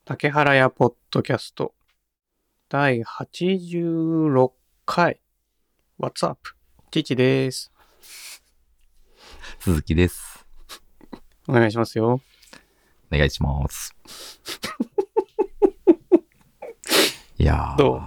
竹原屋ポッドキャスト第86回 What's up? ちちです。 鈴木です。 お願いしますよ。 お願いします。いやー、 どう？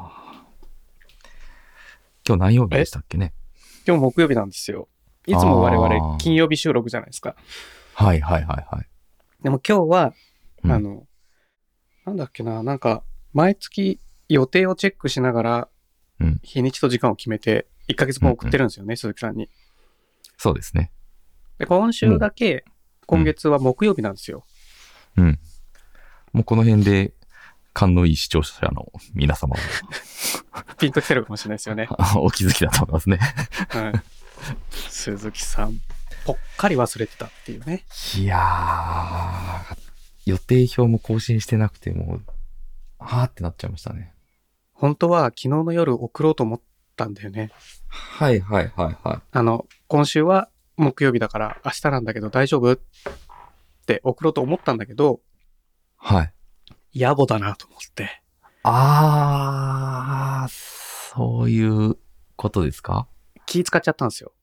今日何曜日でしたっけね。 今日木曜日なんですよ。いつも我々金曜日収録じゃないですか。 はいはいはいはい。 でも今日は、 うん、 なんだっけな、なんか毎月予定をチェックしながら日にちと時間を決めて1ヶ月分送ってるんですよね、鈴木さんに。 そうですね。 で、今週だけ今月は木曜日なんですよ。 うん。もうこの辺で勘のいい視聴者の皆様はピンときてるかもしれないですよね。 お気づきだと思いますね。 はい。鈴木さん、ぽっかり忘れてたっていうね。 いやー、予定表も更新してなくてもはーってなっちゃいましたね。 本当は昨日の夜送ろうと思ったんだよね。 はいはいはいはい。 今週は木曜日だから明日なんだけど大丈夫って送ろうと思ったんだけど、 はい。 野暮だなと思って。 そういうことですか？ 気使っちゃったんですよ。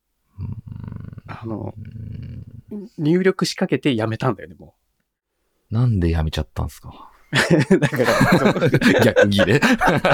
入力しかけてやめたんだよね、もなんでやめちゃったんですか？ う。だから、 逆ギレ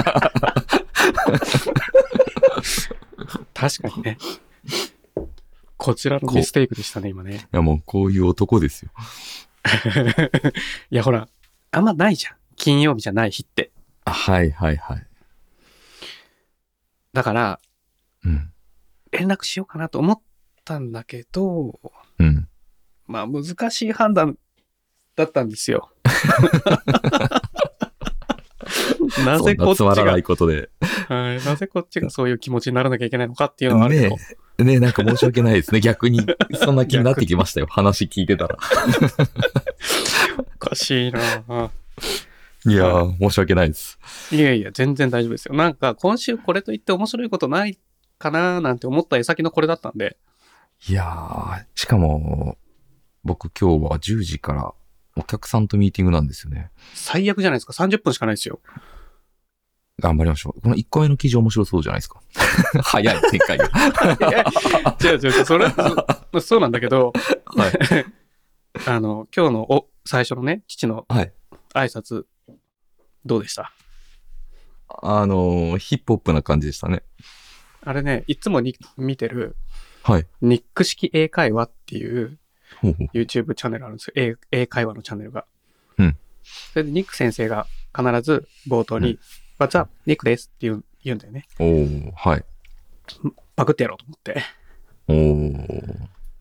確かにね。こちらのミステイクでしたね、今ね。 いやもうこういう男ですよ。 いやほら、あんまないじゃん。金曜日じゃない日って。 はいはいはい。 だから、 うん。 連絡しようかなと思ったんだけど、 うん。 まあ難しい判断だったんですよ。なぜこっちが、 そんなつまらないことで。 はい、なぜこっちがそういう気持ちにならなきゃいけないのかっていうのはあるけど。 ねえ、なんか申し訳ないですね。逆に、そんな気になってきましたよ。話聞いてたら。 おかしいなぁ。 いやー、申し訳ないです。 いやいや、全然大丈夫ですよ。なんか今週これといって面白いことないかななんて思った矢先のこれだったんで。 いやー、しかも、僕今日は10時からお客さんとミーティングなんですよね。 最悪じゃないですか。30分しかないですよ。 頑張りましょう。この1個目の記事面白そうじゃないですか。早い展開が。 違う、そうなんだけど、 はい。 今日の最初のね、父のはい。 挨拶、どうでした？ ヒップホップな感じでしたね。 あれね、いつも見てる、 はい。 ニック式英会話っていうほうほう。 YouTube チャンネルあるんですよ。英会話のチャンネルが。 うん。 それでニック先生が必ず冒頭に、What's up? ニックですって言うんだよね。 おー、はい。 パクってやろうと思って。 おー。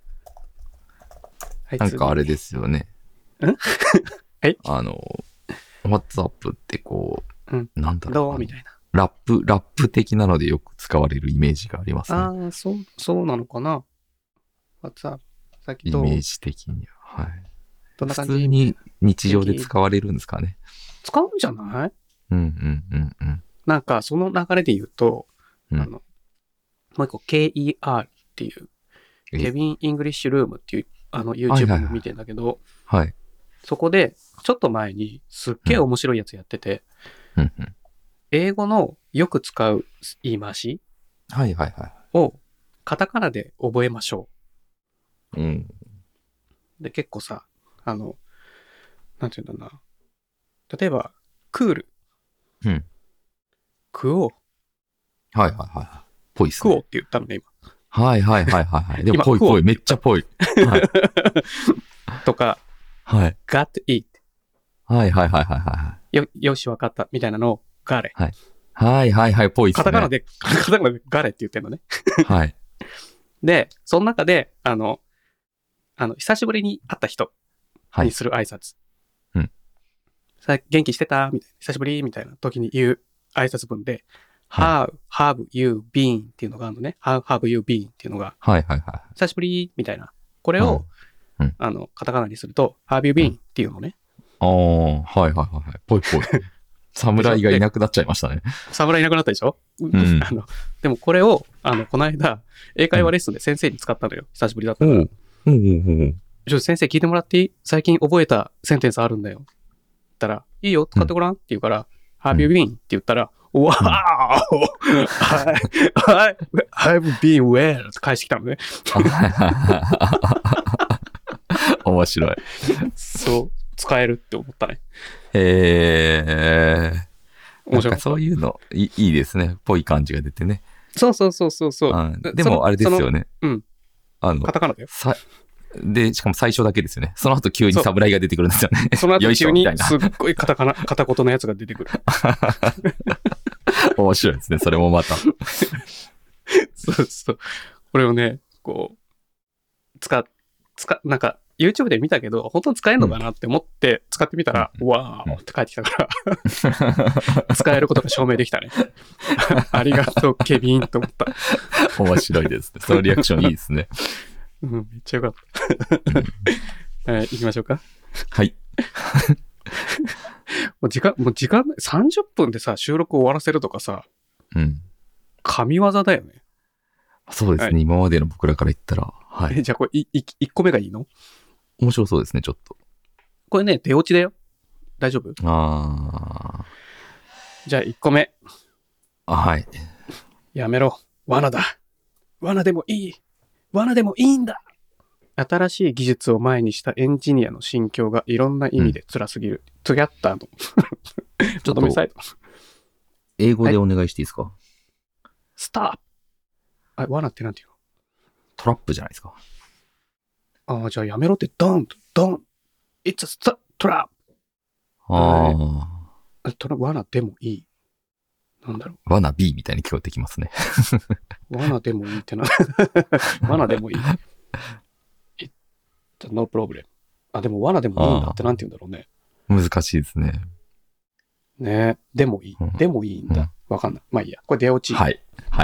はい、 なんかあれですよね。 はい。 WhatsApp ってこう、なんだろう。 どうみたいな。 ラップ的なのでよく使われるイメージがありますね。 ああ、そうなのかな。What's up? さっきどう？ イメージ的には。はい。 どんな感じ？ 普通に日常で使われるんですかね。 使うんじゃない？ うん。 なんかその流れで言うと、もう一個 KER っていう、ケビン・イングリッシュルームっていうYouTube も見てんだけど、 はい。 そこでちょっと前にすっげえ面白いやつやってて、英語のよく使う言い回しをカタカナで覚えましょう。うん。 で、結構さ、なんていうんだろうな。例えば、クール。 うん。 クオ。 はい。ぽいっすね。 クオって言ったのね、今。 はい。でもぽい。めっちゃぽい。はい。 とか、 はい。 got it。 はい。 よし、わかった。みたいなのを、ガレ。 はい。ぽいっすね。 カタカナでガレって言ってんのね。 はい。 で、その中で、久しぶりに会った人にする挨拶。元気してたみたいな。久しぶりみたいな時に言う挨拶文で、How have you been? っていうのがあるのね。How have you been? っていうのが、久しぶりみたいな。これを、カタカナにすると、Have you been? っていうのね。 はい。ぽい。侍がいなくなっちゃいましたね。 侍いなくなったでしょ？でもこれを、この間、英会話レッスンで先生に使ったのよ。久しぶりだったから。先生聞いてもらっていい？最近覚えたセンテンスあるんだよ。 ったら、いいよ、使ってごらんって言うから、Have you been? って言ったら、Wow! I've been well! って返してきたのね。 面白い。 そう、使えるって思ったね。 面白い。そういうのいいですね。ぽい感じが出てね。 そう。 でもあれですよね。 うん。カタカナだよ。 で、しかも最初だけですよね。その後急に侍が出てくるんですよね。 その後急にすっごい片言のやつが出てくる。 面白いですね。それもまた。 そう。これをね、こう、なんか YouTube で見たけど、本当に使えるのかなって思って使ってみたら、わーって返ってきたから、使えることが証明できたね。ありがとう、ケビンと思った。 面白いですね。そのリアクションいいですね。 うん、めっちゃよかった。はい、行きましょうか。 はい。 もう時間、30分でさ、収録終わらせるとかさ、神業だよね。 そうですね、はい、今までの僕らから言ったら。はい。 じゃあこれ1個目がいいの？ 面白そうですね、ちょっと。 これね、出落ちだよ。大丈夫？じゃあ1個目。 はい。 やめろ。罠だ。罠でもいい。罠でもいいんだ。新しい技術を前にしたエンジニアの心境がいろんな意味で辛すぎる。トゥギャッターの。ちょっと英語でお願いしていいですか？ スタープ。罠ってなんていうの？ トラップじゃないですか。 じゃあやめろって、ドン It's a trap。罠でもいい。なんだろう。 罠 B みたいに聞こえてきますね。 罠でもいいってな。罠でもいい。No problem。でも罠でもいいんだってなんて言うんだろうね。 難しいですね。 ねえ。でもいい。でもいいんだ。わかんない。まあいいや。これ出落ち。 はい。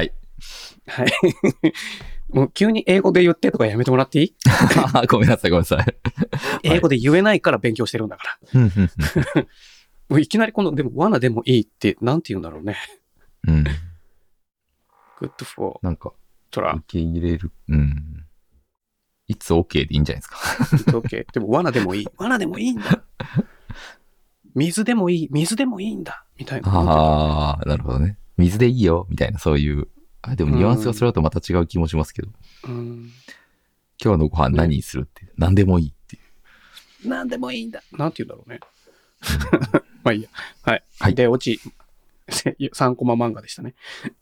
もう急に英語で言ってとかやめてもらっていい？ ごめんなさい。 英語で言えないから勉強してるんだから。もういきなりこの、でも罠でもいいってなんて言うんだろうね。good for なんか、 トラ。 受け入れる。It's okay でいいんじゃないですか。 It's okay。でも罠でもいい。罠でもいいんだ。水でもいいんだ。みたいな。 なるほどね。水でいいよ。みたいな、そういう。でもニュアンスがそれだとまた違う気もしますけど。今日のご飯何にするって。何でもいいっていう。 何でもいいんだ。なんて言うんだろうね。まあいいや。はい。で、落ち。3コマ漫画でしたね。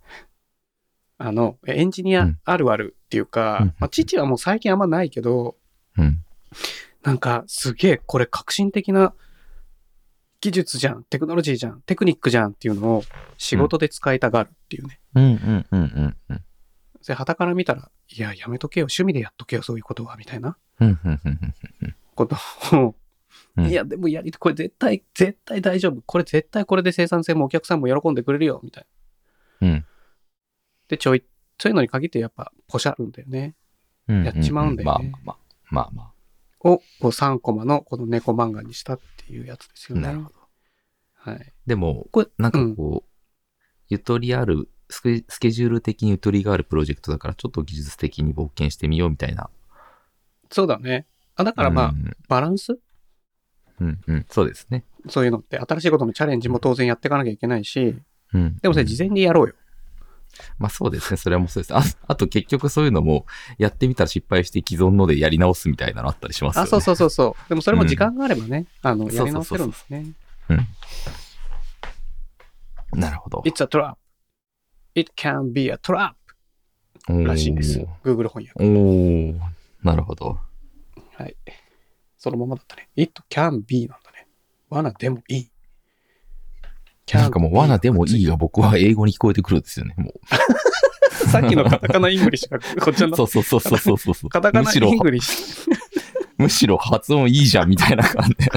エンジニアあるあるっていうか、父はもう最近あんまないけど、なんかすげえこれ革新的な技術じゃん、テクノロジーじゃん、テクニックじゃんっていうのを仕事で使いたがるっていうね。それ旗から見たら、いや、やめとけよ、趣味でやっとけよ、そういうことは、みたいなことを、いや、でもこれ絶対大丈夫。これ絶対これで生産性もお客さんも喜んでくれるよ、みたいな。で、そういうのに限ってやっぱポシャるんだよね。やっちまうんだよね。 まあ。 を3コマのこの猫漫画にしたっていうやつですよね。 なるほど。 はい。 でも、なんかこう、ゆとりある、スケジュール的にゆとりがあるプロジェクトだから、ちょっと技術的に冒険してみようみたいな。 そうだね。だからまあ、バランス？ そうですね。 そういうのって、新しいことのチャレンジも当然やっていかなきゃいけないし、でもそれ事前にやろうよ。 まあそうですね。それもそうです。あと結局そういうのもやってみたら失敗して既存のでやり直すみたいなのあったりしますよね。 そう。でもそれも時間があればね、やり直せるんですね。 なるほど。 It's a trap. It can be a trap. らしいです。Google 翻訳。 なるほど。 はい。そのままだったね。It can be なんだね。罠でもいい。 なんかもう罠でもいいが僕は英語に聞こえてくるんですよね、もう。 さっきのカタカナイングリッシュがこっちの。 そう。 カタカナイングリッシュ。 むしろ発音いいじゃんみたいな感じで。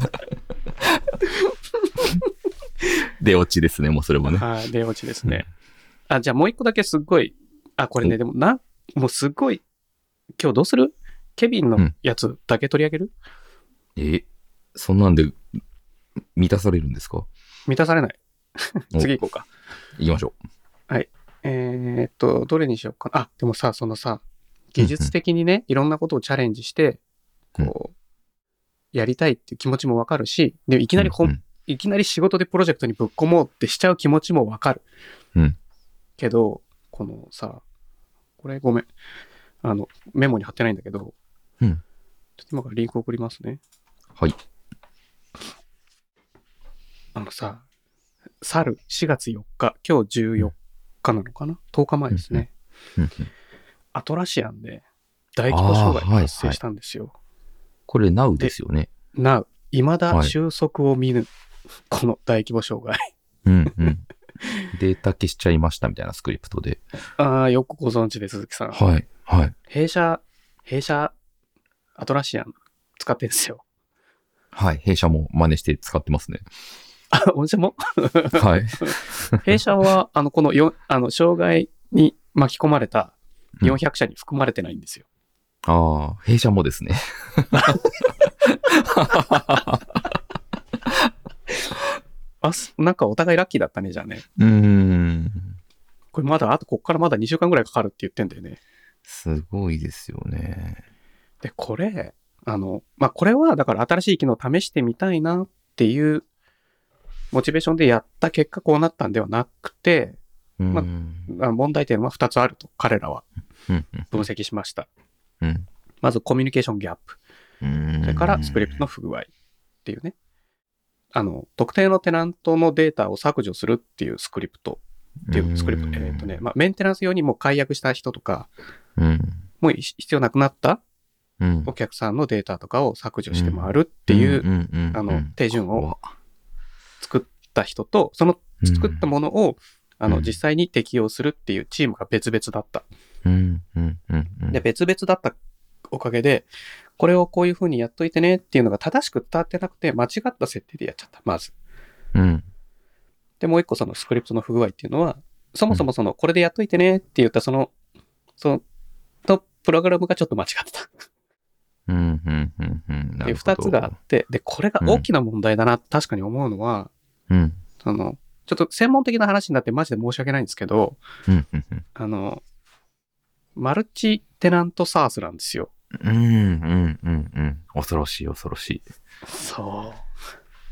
出落ちですね、もうそれもね。 はい、出落ちですね。じゃあもう一個だけすっごい、これね、でももうすっごい、今日どうする？ケビンのやつだけ取り上げる？ そんなんで満たされるんですか？ 満たされない。次行こうか。 行きましょう。はい。どれにしようかな。でもその技術的にね、いろんなことをチャレンジして、 やりたいっていう気持ちもわかるし、でいきなりいきなり仕事でプロジェクトにぶっ込もうってしちゃう気持ちもわかる。けど、このさ、これごめん。メモに貼ってないんだけど、ちょっと今からリンク送りますね。 はい。 さ、去る4月4日、今日14日なのかな ?10 日前ですね。アトラシアンで大規模障害が発生したんですよ。 これ Now ですよね。 Now、未だ収束を見ぬ、この大規模障害。 データ消しちゃいましたみたいなスクリプトで。 よくご存知で、鈴木さん。弊社、アトラシアン使ってんですよ。 はい、弊社も真似して使ってますね。 御社もはい。 弊社は、この障害に巻き込まれた400社に含まれてないんですよ。 弊社もですね。 なんかお互いラッキーだったね、じゃあね。これまだ、こっからまだ2週間ぐらいかかるって言ってんだよね。 すごいですよね。 で、これ、これはだから新しい機能を試してみたいなっていうモチベーションでやった結果こうなったんではなくて、問題点は2つあると彼らは分析しました。まずコミュニケーションギャップ。それからスクリプトの不具合っていうね。特定のテナントのデータを削除するっていうスクリプト。メンテナンス用にもう解約した人とか、もう必要なくなったお客さんのデータとかを削除して回るっていう手順を作った人と、その作ったものを実際に適用するっていうチームが別々だった。で、別々だったおかげで、これをこういう風にやっといてねっていうのが正しく伝わってなくて、間違った設定でやっちゃった、まず。で、もう一個そのスクリプトの不具合っていうのは、そもそもこれでやっといてねって言ったそのプログラムがちょっと間違ってた。で、二つがあって、で、これが大きな問題だな、確かに思うのは、ちょっと専門的な話になってマジで申し訳ないんですけど、マルチテナントサースなんですよ。 恐ろしい、恐ろしい。 そう。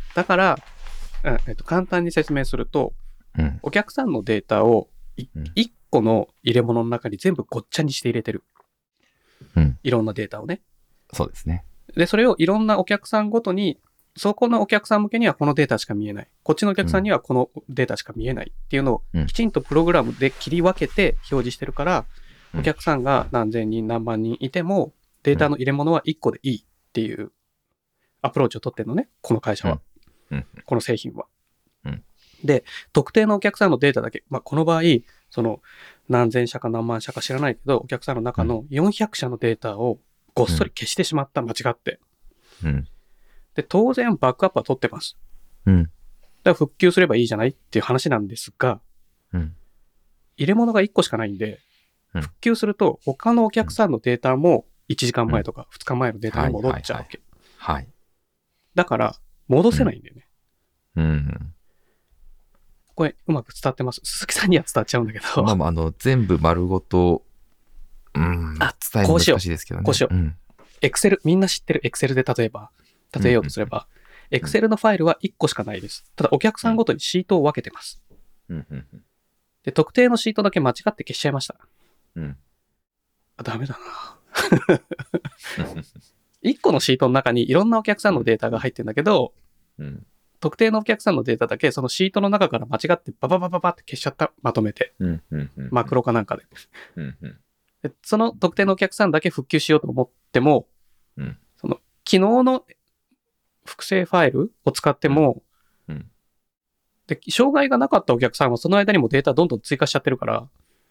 だから、簡単に説明すると、お客さんのデータを1個の入れ物の中に全部ごっちゃにして入れてる。いろんなデータをね。 そうですね。 で、それをいろんなお客さんごとに、そこのお客さん向けにはこのデータしか見えない。こっちのお客さんにはこのデータしか見えないっていうのをきちんとプログラムで切り分けて表示してるから、お客さんが何千人何万人いてもデータの入れ物は1個でいいっていうアプローチを取ってるのね、この会社は。この製品は。で、特定のお客さんのデータだけ、この場合、何千社か何万社か知らないけど、お客さんの中の400社のデータをごっそり消してしまった、間違って。で、当然バックアップは取ってます。だから復旧すればいいじゃないっていう話なんですが、入れ物が1個しかないんで、復旧すると他のお客さんのデータも1時間前とか2日前のデータに戻っちゃうわけ。だから戻せないんだよね。これうまく伝わってます。鈴木さんには伝わっちゃうんだけど。 全部丸ごと、伝えるの難しいですけどね。 こうしよう。Excel、みんな知ってる Excel で例えようとすれば、Excel のファイルは1個しかないです。ただお客さんごとにシートを分けてます。で、特定のシートだけ間違って消しちゃいました。ダメだな。1個のシートの中にいろんなお客さんのデータが入ってるんだけど、特定のお客さんのデータだけそのシートの中から間違ってバババババって消しちゃった。まとめて。マクロかなんかで。でその特定のお客さんだけ復旧しようと思っても、その昨日の複製ファイルを使っても、で障害がなかったお客さんはその間にもデータどんどん追加しちゃってるから、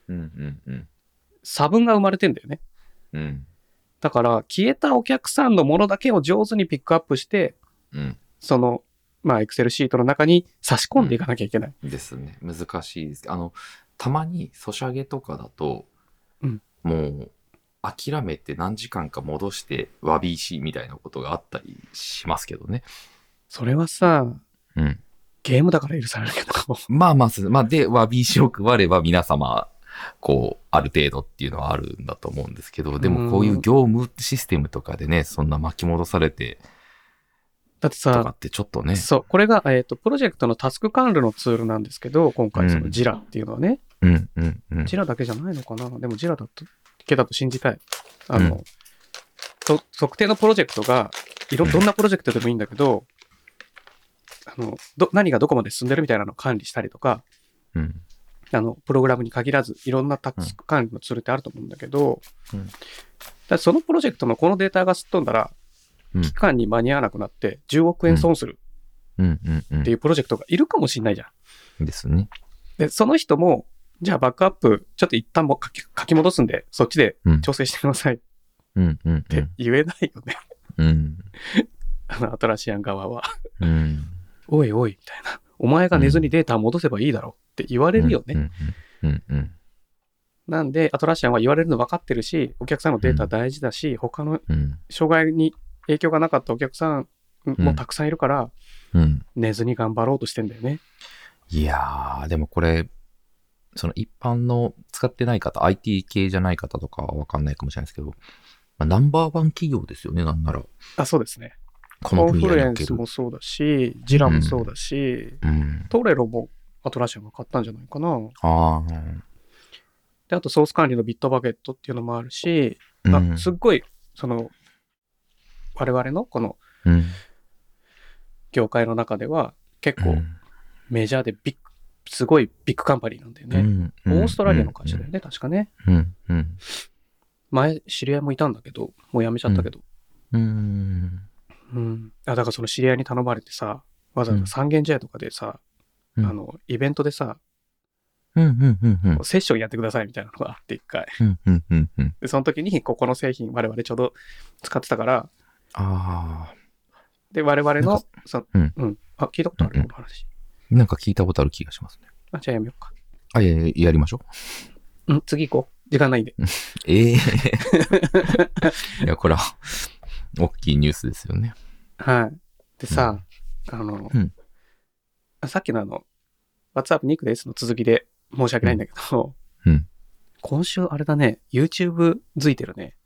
差分が生まれてんだよね。だから消えたお客さんのものだけを上手にピックアップして、そのExcel シートの中に差し込んでいかなきゃいけない。 ですね。難しいです。たまにソシャゲとかだと、もう諦めて何時間か戻してわび石みたいなことがあったりしますけどね。 それはさ、ゲームだから許されるけど。で、わび石を配れば皆様、ある程度っていうのはあるんだと思うんですけど、でもこういう業務システムとかでね、そんな巻き戻されて、 だってさ、 とかってちょっとね。 そう、これが、プロジェクトのタスク管理のツールなんですけど、今回そのジラっていうのはね。ジラだけじゃないのかな。でもジラだと信じたい。特定のプロジェクトが、どんなプロジェクトでもいいんだけど、何がどこまで進んでるみたいなのを管理したりとか、プログラムに限らず、いろんなタスク管理のツールってあると思うんだけど、だそのプロジェクトのこのデータがすっ飛んだら、期間に間に合わなくなって10億円損するっていうプロジェクトがいるかもしれないじゃん。ですね。 で、その人も、じゃあバックアップ、ちょっと一旦も書き戻すんで、そっちで調整してくださいって言えないよね。アトラシアン側は。おいおい、みたいな。お前が寝ずにデータを戻せばいいだろうって言われるよね。なんで、アトラシアンは言われるの分かってるし、お客さんのデータ大事だし、他の障害に影響がなかったお客さんもたくさんいるから、寝ずに頑張ろうとしてんだよね。 いやー、でもこれ、その一般の使ってない方、IT 系じゃない方とかは分かんないかもしれないですけど、ナンバーワン企業ですよね、なんなら。 そうですね。 この分野における。 コンフルエンスもそうだし、ジラもそうだし、トレロもアトラシアンが買ったんじゃないかな。で、あとソース管理のビットバケットっていうのもあるし、すっごい、我々のこの、業界の中では結構メジャーですごいビッグカンパニーなんだよね。オーストラリアの会社だよね、確かね。前、知り合いもいたんだけど、もう辞めちゃったけど。だからその知り合いに頼まれてさ、わざわざ三軒茶屋とかでさ、イベントでさ、セッションやってくださいみたいなのがあって一回。で、その時にここの製品我々ちょうど使ってたから、で、我々の、聞いたことあるこの話。 なんか聞いたことある気がしますね。 じゃあやめようか。 やりましょう。次行こう。時間ないんで。 いや、これは、大きいニュースですよね。 はい。でさ、さっきのWhatsApp ニックですの続きで申し訳ないんだけど、今週あれだね、YouTube 付いてるね。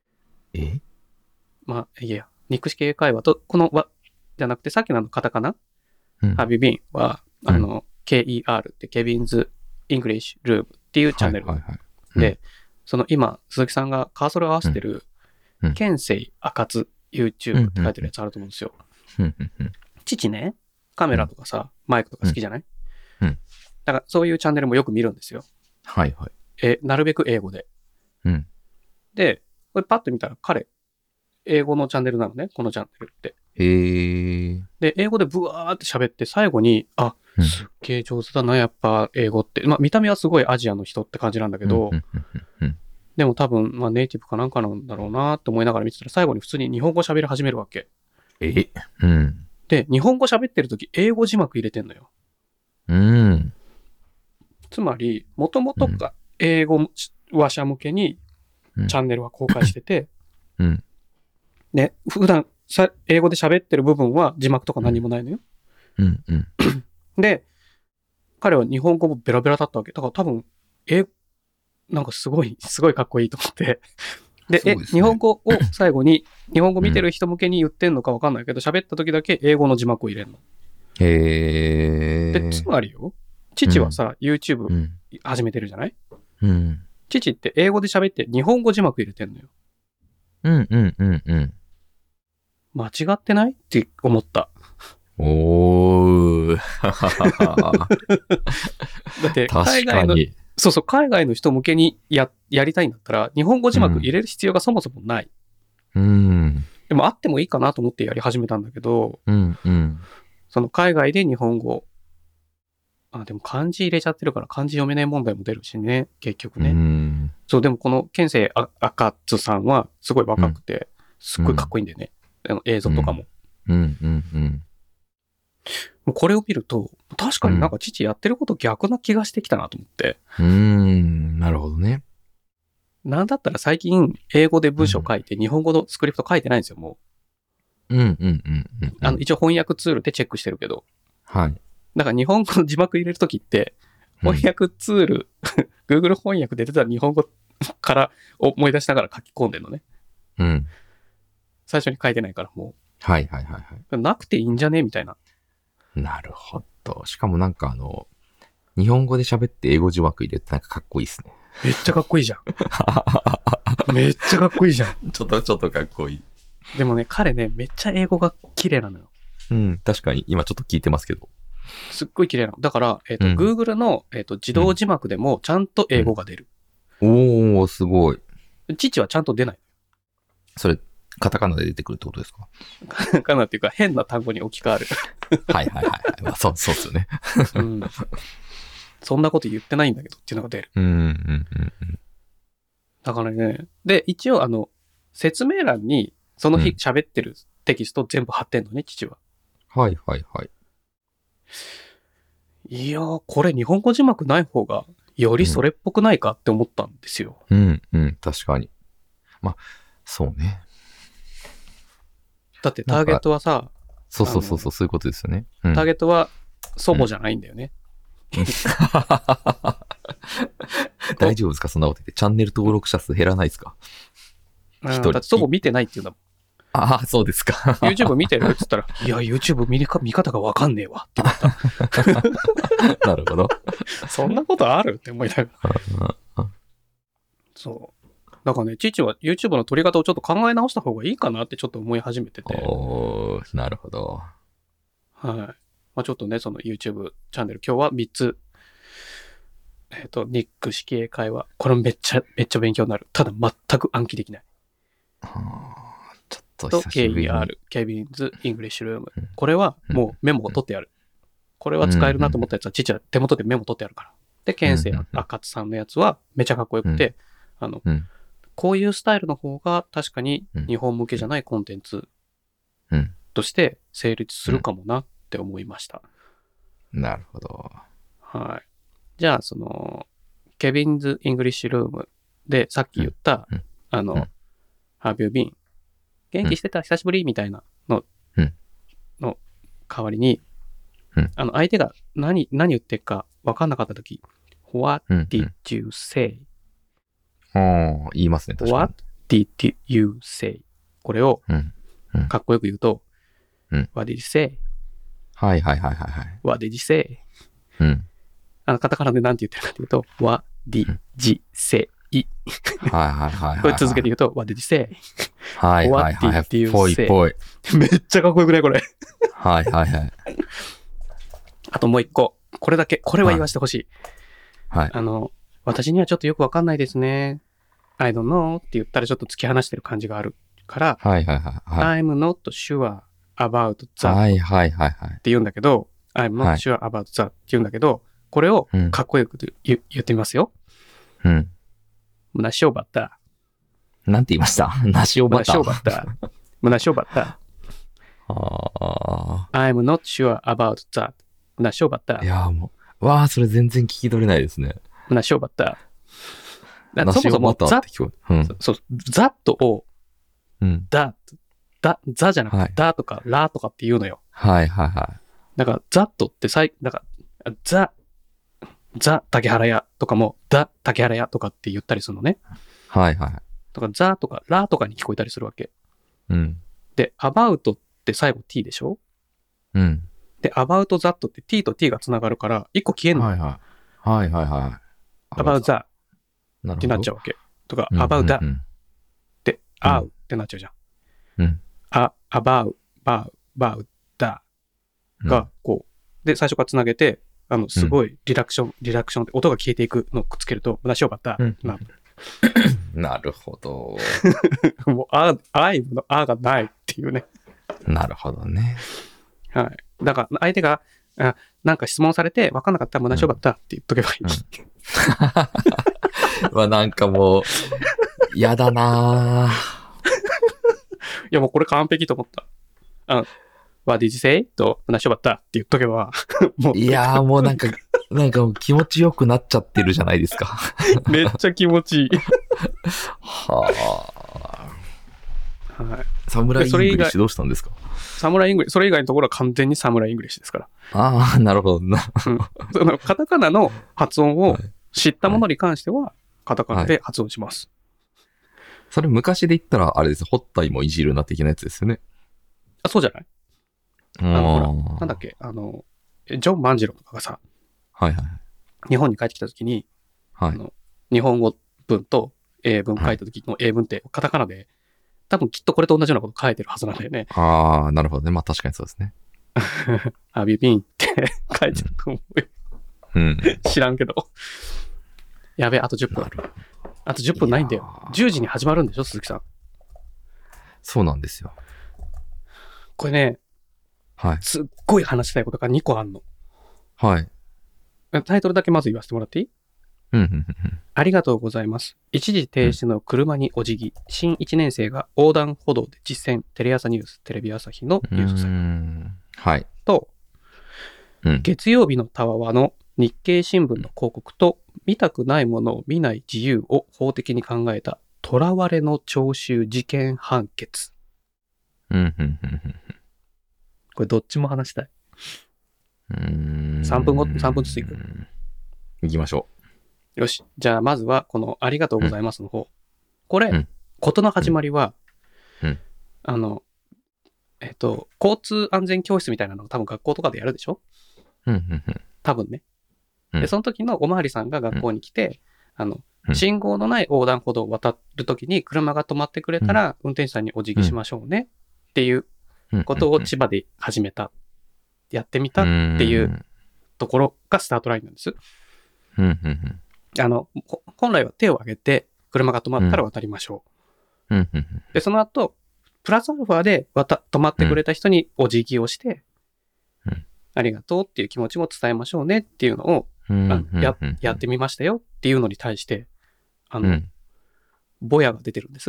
まあ、いや、ニック式英会話と、このじゃなくて、さっきのカタカナ、Have you been は、KER ってケビンズ・イングリッシュ・ルームっていうチャンネルで、その今、鈴木さんがカーソルを合わせてる、県政赤津 YouTube って書いてるやつあると思うんですよ。父ね、カメラとかさ、マイクとか好きじゃない？だからそういうチャンネルもよく見るんですよ。なるべく英語で。で、これパッと見たら彼、英語のチャンネルなのね、このチャンネルって。で、英語でブワーって喋って、最後に、すっげえ上手だな、やっぱ英語って。見た目はすごいアジアの人って感じなんだけど、でも多分、ネイティブかなんかなんだろうなって思いながら見てたら、最後に普通に日本語喋り始めるわけ。で、日本語喋ってる時英語字幕入れてんのよ。つまり、もともとが英語話者向けにチャンネルは公開してて、ね、普段英語で喋ってる部分は字幕とか何もないのよ。で、彼は日本語もベラベラだったわけ。だから多分、なんかすごいかっこいいと思って。で、日本語を最後に、日本語見てる人向けに言ってんのかわかんないけど、喋った時だけ英語の字幕を入れるの。で、つまりよ、父はさ、YouTube 始めてるじゃない？父って英語で喋って日本語字幕入れてんのよ。間違ってないって思った。だって海外の人向けにやりたいんだったら日本語字幕入れる必要がそもそもない。でもあってもいいかなと思ってやり始めたんだけど、その海外で日本語、でも漢字入れちゃってるから漢字読めない問題も出るしね、結局ね。そう、でもこの県政赤津さんはすごい若くて、すっごいかっこいいんだよね。映像とかも。これを見ると、確かになんか父やってること逆な気がしてきたなと思って。 なるほどね。 なんだったら最近英語で文章書いて日本語のスクリプト書いてないんですよ、もう。一応翻訳ツールでチェックしてるけど。だから日本語の字幕入れるときって、翻訳ツール、Google 翻訳で出た日本語から思い出しながら書き込んでるのね。最初に書いてないからもはいはいはいはい。 なくていいんじゃねみたいな。 なるほど。しかもなんか日本語で喋って英語字幕入れてなんかかっこいいですね。 めっちゃかっこいいじゃん。めっちゃかっこいいじゃん。 ちょっとかっこいい。 でもね、彼ね、めっちゃ英語が綺麗なのよ。 うん、確かに。今ちょっと聞いてますけど。 すっごい綺麗なの。だから、Google の、自動字幕でもちゃんと英語が出る。 おー、すごい。 父はちゃんと出ない。 それ、カタカナで出てくるってことですか？ カタカナっていうか変な単語に置き換わる。 はいはいはいはい。まあそうっすよね。 うん。そんなこと言ってないんだけどっていうのが出る。だからね。で、一応説明欄にその日喋ってるテキスト全部貼ってんのね、父は。 はいはいはい。 いやー、これ日本語字幕ない方がよりそれっぽくないかって思ったんですよ。 うんうん、確かに。まあ、そうね。 だってターゲットはさ、 そういうことですよね。 ターゲットは祖母じゃないんだよね。 大丈夫ですかそんなこと言って。チャンネル登録者数減らないですか？ だって祖母見てないっていうんだもん。 ああ、そうですか。 YouTube 見てるって言ったら、いや、YouTube 見方がわかんねえわって言った。 なるほど。 そんなことあるって思いながら。そう。だからね、父は YouTube の撮り方をちょっと考え直した方がいいかなってちょっと思い始めてて。 おー、なるほど。 はい。まあ、ちょっとね、その YouTube チャンネル、今日は3つ。ニック式英会話。これめっちゃ勉強になる。ただ全く暗記できない。 ちょっと久しぶりに。 KER、Kevin's English Room。これはもうメモを取ってある。これは使えるなと思ったやつは父は手元でメモ取ってあるから。で、ケンセイ赤津さんのやつはめちゃかっこよくて、こういうスタイルの方が確かに日本向けじゃないコンテンツとして成立するかもなって思いました。 なるほど。 はい。じゃあ、その、Kevin's English Room でさっき言った、Have you been? 元気してた久しぶりみたいなの代わりに、相手が何言ってるか分かんなかったとき、What did you say? 言いますね、確かに。 What did you say? これをかっこよく言うと、What did you say? はい。 What did you say? カタカナで何て言ってるかというと、What did you say? はい。 これ続けて言うと、What did you say? はい。 What did you say? ぽい。 めっちゃかっこよくないこれ。 はい。 あともう一個。これだけ。これは言わせてほしい。 はい。 私にはちょっとよくわかんないですね。I don't know って言ったらちょっと突き放してる感じがあるから、 はい。 I'm not sure about that って言うんだけど、I'm not sure about that って言うんだけど、これをかっこよく言ってみますよ。Not sure about that。 なんて言いました？Not sure about that。Not sure about that。I'm not sure about that。Not sure about that。 いやもう、わあ、それ全然聞き取れないですね。 Not sure about that。そもそもそう、that を、that じゃなくて、だとか、らとかって言うのよ。 はい。 だから、that ってだから、ザ竹原屋とかも、竹原屋とかって言ったりするのね。 はい。 とか、ザとか、ラとかに聞こえたりするわけ。で、about って最後 t でしょ？で、about that って t と t がつながるから、一個消えんの。 はい。 about that ってなっちゃうわけ。とか、about that って、out ってなっちゃうじゃん。about that が、こう。で、最初からつなげて、すごいリラクションって音が消えていくのをくっつけると、無しよかった。 なるほど。 もう、I のあがないっていうね。 なるほどね。 はい。だから、相手が、なんか質問されて、分かんなかったら無しよかったって言っとけばいい。 なんかもう、やだないや、もうこれ完璧と思った。What did you say? と、無しよかったって言っとけば、 もう。いやーもうなんか気持ちよくなっちゃってるじゃないですか。 めっちゃ気持ちいい。 はい。サムライイングリッシュどうしたんですか？ サムライイングリッシュ、それ以外のところは完全にサムライイングリッシュですから。 ああ、なるほどな。 そのカタカナの発音を知ったものに関しては、カタカナで発音します。 それ昔で言ったら、あれです。ホッタイもいじるな的なやつですよね。 あ、そうじゃない？ほら、なんだっけ、ジョン万次郎とかがさ、 はいはい。 日本に帰ってきたときに、 はい。 日本語文と英文書いたときの英文ってカタカナで、多分きっとこれと同じようなこと書いてるはずなんだよね。 ああ、なるほどね。まあ確かにそうですね。 Have you been? って書いてると思うよ。 うん。 知らんけど。やべえ、あと10分。あと10分ないんだよ。10時に始まるんでしょ、鈴木さん。 そうなんですよ。 これね、 はい。 すっごい話したいことが2個あんの。 はい。 タイトルだけまず言わせてもらっていい？ありがとうございます。一時停止の車にお辞儀。新1年生が横断歩道で実践。テレ朝ニュース、テレビ朝日のニュースサイト。 はい。 と、月曜日のたわわの日経新聞の広告と、見たくないものを見ない自由を法的に考えた、囚われの徴収事件判決。これどっちも話したい。3分ずついく。 行きましょう。よし。じゃあまずはこのありがとうございますの方。これ、事の始まりは、交通安全教室みたいなのを多分学校とかでやるでしょ？多分ね。で、その時のおまわりさんが学校に来て、信号のない横断歩道を渡る時に車が止まってくれたら、運転手さんにお辞儀しましょうねっていうことを千葉で始めた。やってみたっていうところがスタートラインなんです。本来は手を挙げて車が止まったら渡りましょう。で、その後、プラスアルファで止まってくれた人にお辞儀をして、ありがとうっていう気持ちも伝えましょうねっていうのをやってみましたよっていうのに対して、ぼやが出てるんです。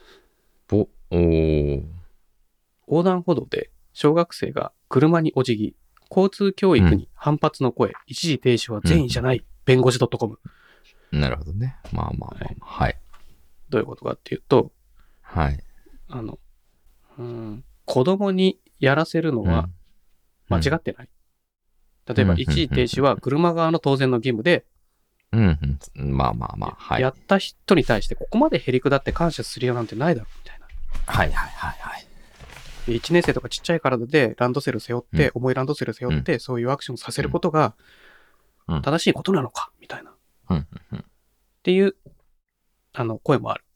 横断歩道で小学生が車にお辞儀、交通教育に反発の声、一時停止は善意じゃない、弁護士 .com。 なるほどね。まあ。はい。 どういうことかっていうと、 はい。 子供にやらせるのは間違ってない。例えば、一時停止は車側の当然の義務で、 まあ、はい。 やった人に対してここまでへりくだって感謝するよなんてないだろうみたいな。 はい。 1年生とかちっちゃい体でランドセル背負って、重いランドセル背負って、そういうアクションさせることが正しいことなのかみたいな。っていう、声もある。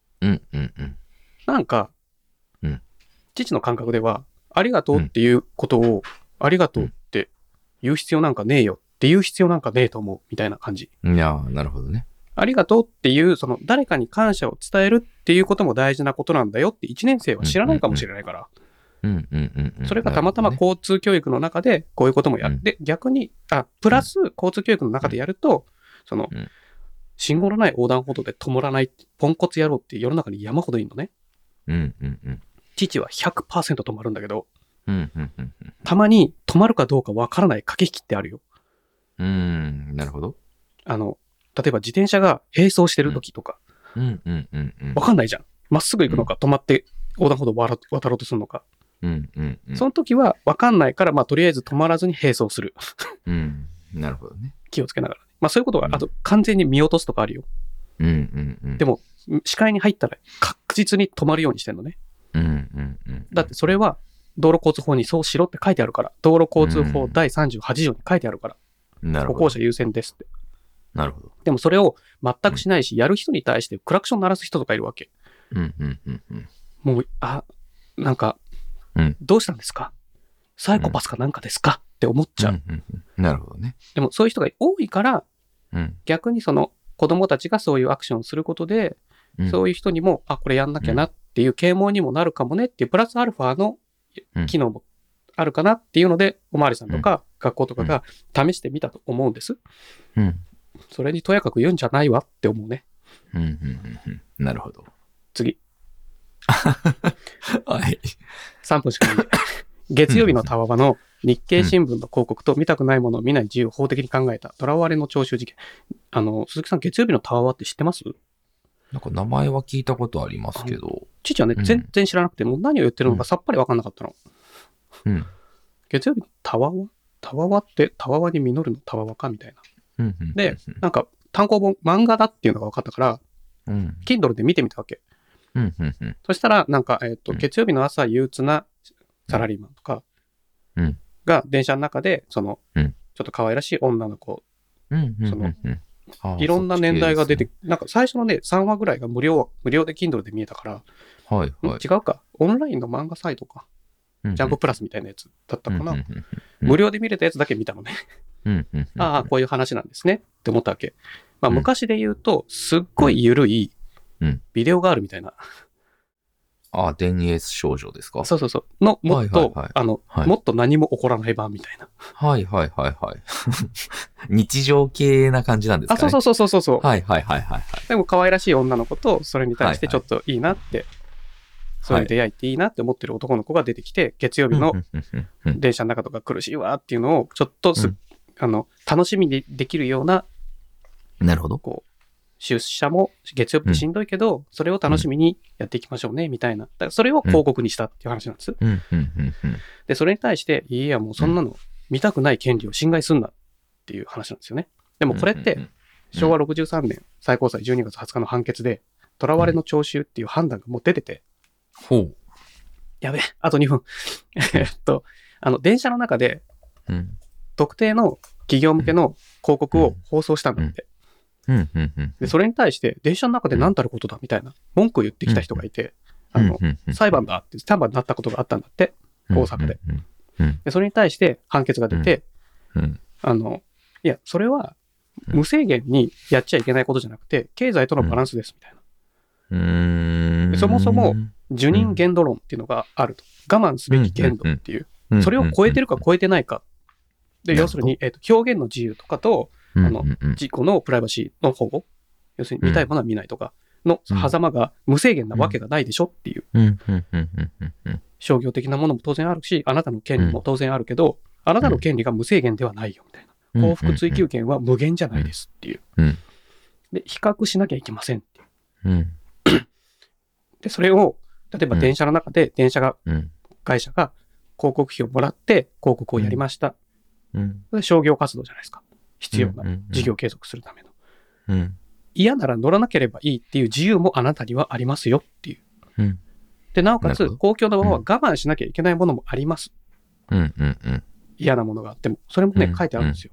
なんか、父の感覚では、ありがとうっていうことを、ありがとうって言う必要なんかねえよって言う必要なんかねえと思うみたいな感じ。 いやー、なるほどね。 ありがとうっていう、その誰かに感謝を伝えるっていうことも大事なことなんだよって1年生は知らないかもしれないから。それがたまたま交通教育の中でこういうこともやる。で、逆に、プラス交通教育の中でやると、その、信号のない横断歩道で止まらない、ポンコツ野郎って世の中に山ほどいるのね。父は 100% 止まるんだけど、たまに止まるかどうかわからない駆け引きってあるよ。 なるほど。 例えば自転車が並走してる時とか、わかんないじゃん。まっすぐ行くのか、止まって横断歩道を渡ろうとするのか。その時はわかんないから、とりあえず止まらずに並走する。 なるほどね。 気をつけながら。そういうことが、あと完全に見落とすとかあるよ。でも、視界に入ったら確実に止まるようにしてんのね。だってそれは道路交通法にそうしろって書いてあるから。道路交通法第38条に書いてあるから。歩行者優先ですって。 なるほど。 でもそれを全くしないし、やる人に対してクラクション鳴らす人とかいるわけ。もう、なんか、どうしたんですか？サイコパスかなんかですかって思っちゃう。 なるほどね。 でもそういう人が多いから、逆にその子供たちがそういうアクションをすることで、そういう人にも、これやんなきゃなっていう啓蒙にもなるかもねっていうプラスアルファの機能もあるかなっていうので、おまわりさんとか学校とかが試してみたと思うんです。それにとやかく言うんじゃないわって思うね。 なるほど。 次。 はい。 3分しかないんで。月曜日のたわわの日経新聞の広告と見たくないものを見ない自由を法的に考えた囚われの徴収事件。鈴木さん、月曜日のたわわって知ってます？ なんか名前は聞いたことありますけど。 父はね、全然知らなくて、もう何を言ってるのかさっぱり分かんなかったの。月曜日のたわわ？たわわって、たわわに実るのたわわかみたいな。で、なんか単行本、漫画だっていうのが分かったから、Kindle で見てみたわけ。そしたら、なんか、月曜日の朝憂鬱なサラリーマンとかうん。 が電車の中で、その、 うん。 ちょっと可愛らしい女の子、 うんうんその、 うんいろんな年代が出て、 ね、 なんか最初のね、3話ぐらいが無料で Kindle で見えたから、 はいはい。 違うか。オンラインの漫画サイトか。ジャンププラスみたいなやつだったかな。無料で見れたやつだけ見たのね。ああ、こういう話なんですねって思ったわけ。まあ昔で言うと、すっごい緩いビデオがあるみたいな。 ああ、電影少女ですか。 そうそうそう。の、もっと、もっと何も起こらない版みたいな。 はいはいはいはい。日常系な感じなんですかね。 そうそう。 はいはいはいはい。 でも可愛らしい女の子と、それに対してちょっといいなって、そういう出会いっていいなって思ってる男の子が出てきて、月曜日の電車の中とか苦しいわっていうのを、ちょっと楽しみにできるような、 なるほど。 こう、出社も月曜日しんどいけど、それを楽しみにやっていきましょうね、みたいな。だからそれを広告にしたっていう話なんです。で、それに対して、いや、もうそんなの見たくない権利を侵害すんなっていう話なんですよね。でもこれって、昭和63年最高裁12月20日の判決で、囚われの徴収っていう判断がもう出てて、やべえ、あと2分。電車の中で、特定の企業向けの広告を放送したんだって。で、それに対して、電車の中で何たることだみたいな文句を言ってきた人がいて、裁判だって裁判になったことがあったんだって、大阪で。で、それに対して判決が出て、いや、それは無制限にやっちゃいけないことじゃなくて、経済とのバランスですみたいな。そもそも、受任限度論っていうのがあると。我慢すべき限度っていう。それを超えてるか超えてないか。で、要するに、表現の自由とかと、自己のプライバシーの保護、要するに見たいものは見ないとかの狭間が無制限なわけがないでしょっていう。商業的なものも当然あるし、あなたの権利も当然あるけど、あなたの権利が無制限ではないよみたいな。幸福追求権は無限じゃないですっていう。で、比較しなきゃいけませんっていう。で、それを、例えば電車の中で、会社が広告費をもらって広告をやりました。これ商業活動じゃないですか。必要な事業継続するための。嫌なら乗らなければいいっていう自由もあなたにはありますよっていう。で、なおかつ、公共の場は我慢しなきゃいけないものもあります。嫌なものがあっても、それもね、書いてあるんですよ。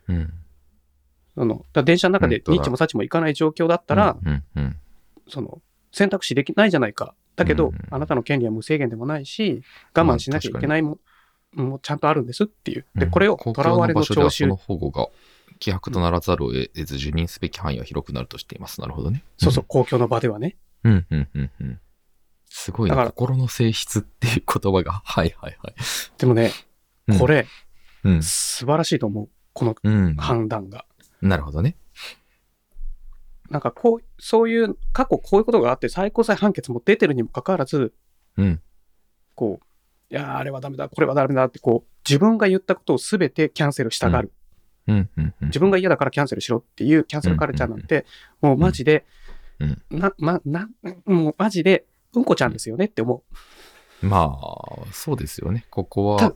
電車の中でニッチもサチもいかない状況だったら、選択肢できないじゃないか。だけど、あなたの権利は無制限でもないし、我慢しなきゃいけないもちゃんとあるんですっていう。で、これを囚われの徴収。 その保護が希薄とならざるを得ず受任すべき範囲は広くなるとしています。なるほどね。 そうそう、公共の場ではね。 すごいな、心の性質っていう言葉が。 でもね、これ、素晴らしいと思う。この判断が。 なるほどね。 なんかそういう、過去こういうことがあって最高裁判決も出てるにもかかわらず、こう、いやあれはダメだ、これはダメだって自分が言ったことを全てキャンセルしたがる。自分が嫌だからキャンセルしろっていうキャンセルカルチャーなんて、もうマジで、もうマジでうんこちゃんですよねって思う。まあ、そうですよね。ここは。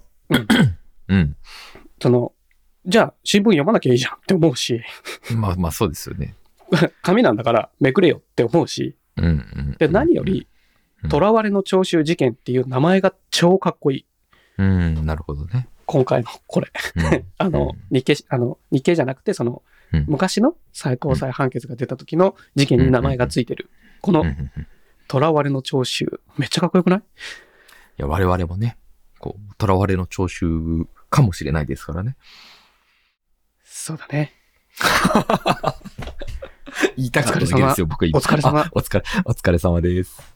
じゃあ新聞読まなきゃいいじゃんって思うし。 まあそうですよね。 紙なんだからめくれよって思うし。で、何より、囚われの徴収事件っていう名前が超かっこいい。 なるほどね。 今回のこれ。日経じゃなくて、昔の最高裁判決が出た時の事件に名前がついてる。この、囚われの徴収。めっちゃかっこよくない？いや、我々もね、囚われの徴収かもしれないですからね。 そうだね。 言いたかっただけですよ、僕今。 お疲れ様。 お疲れ様です。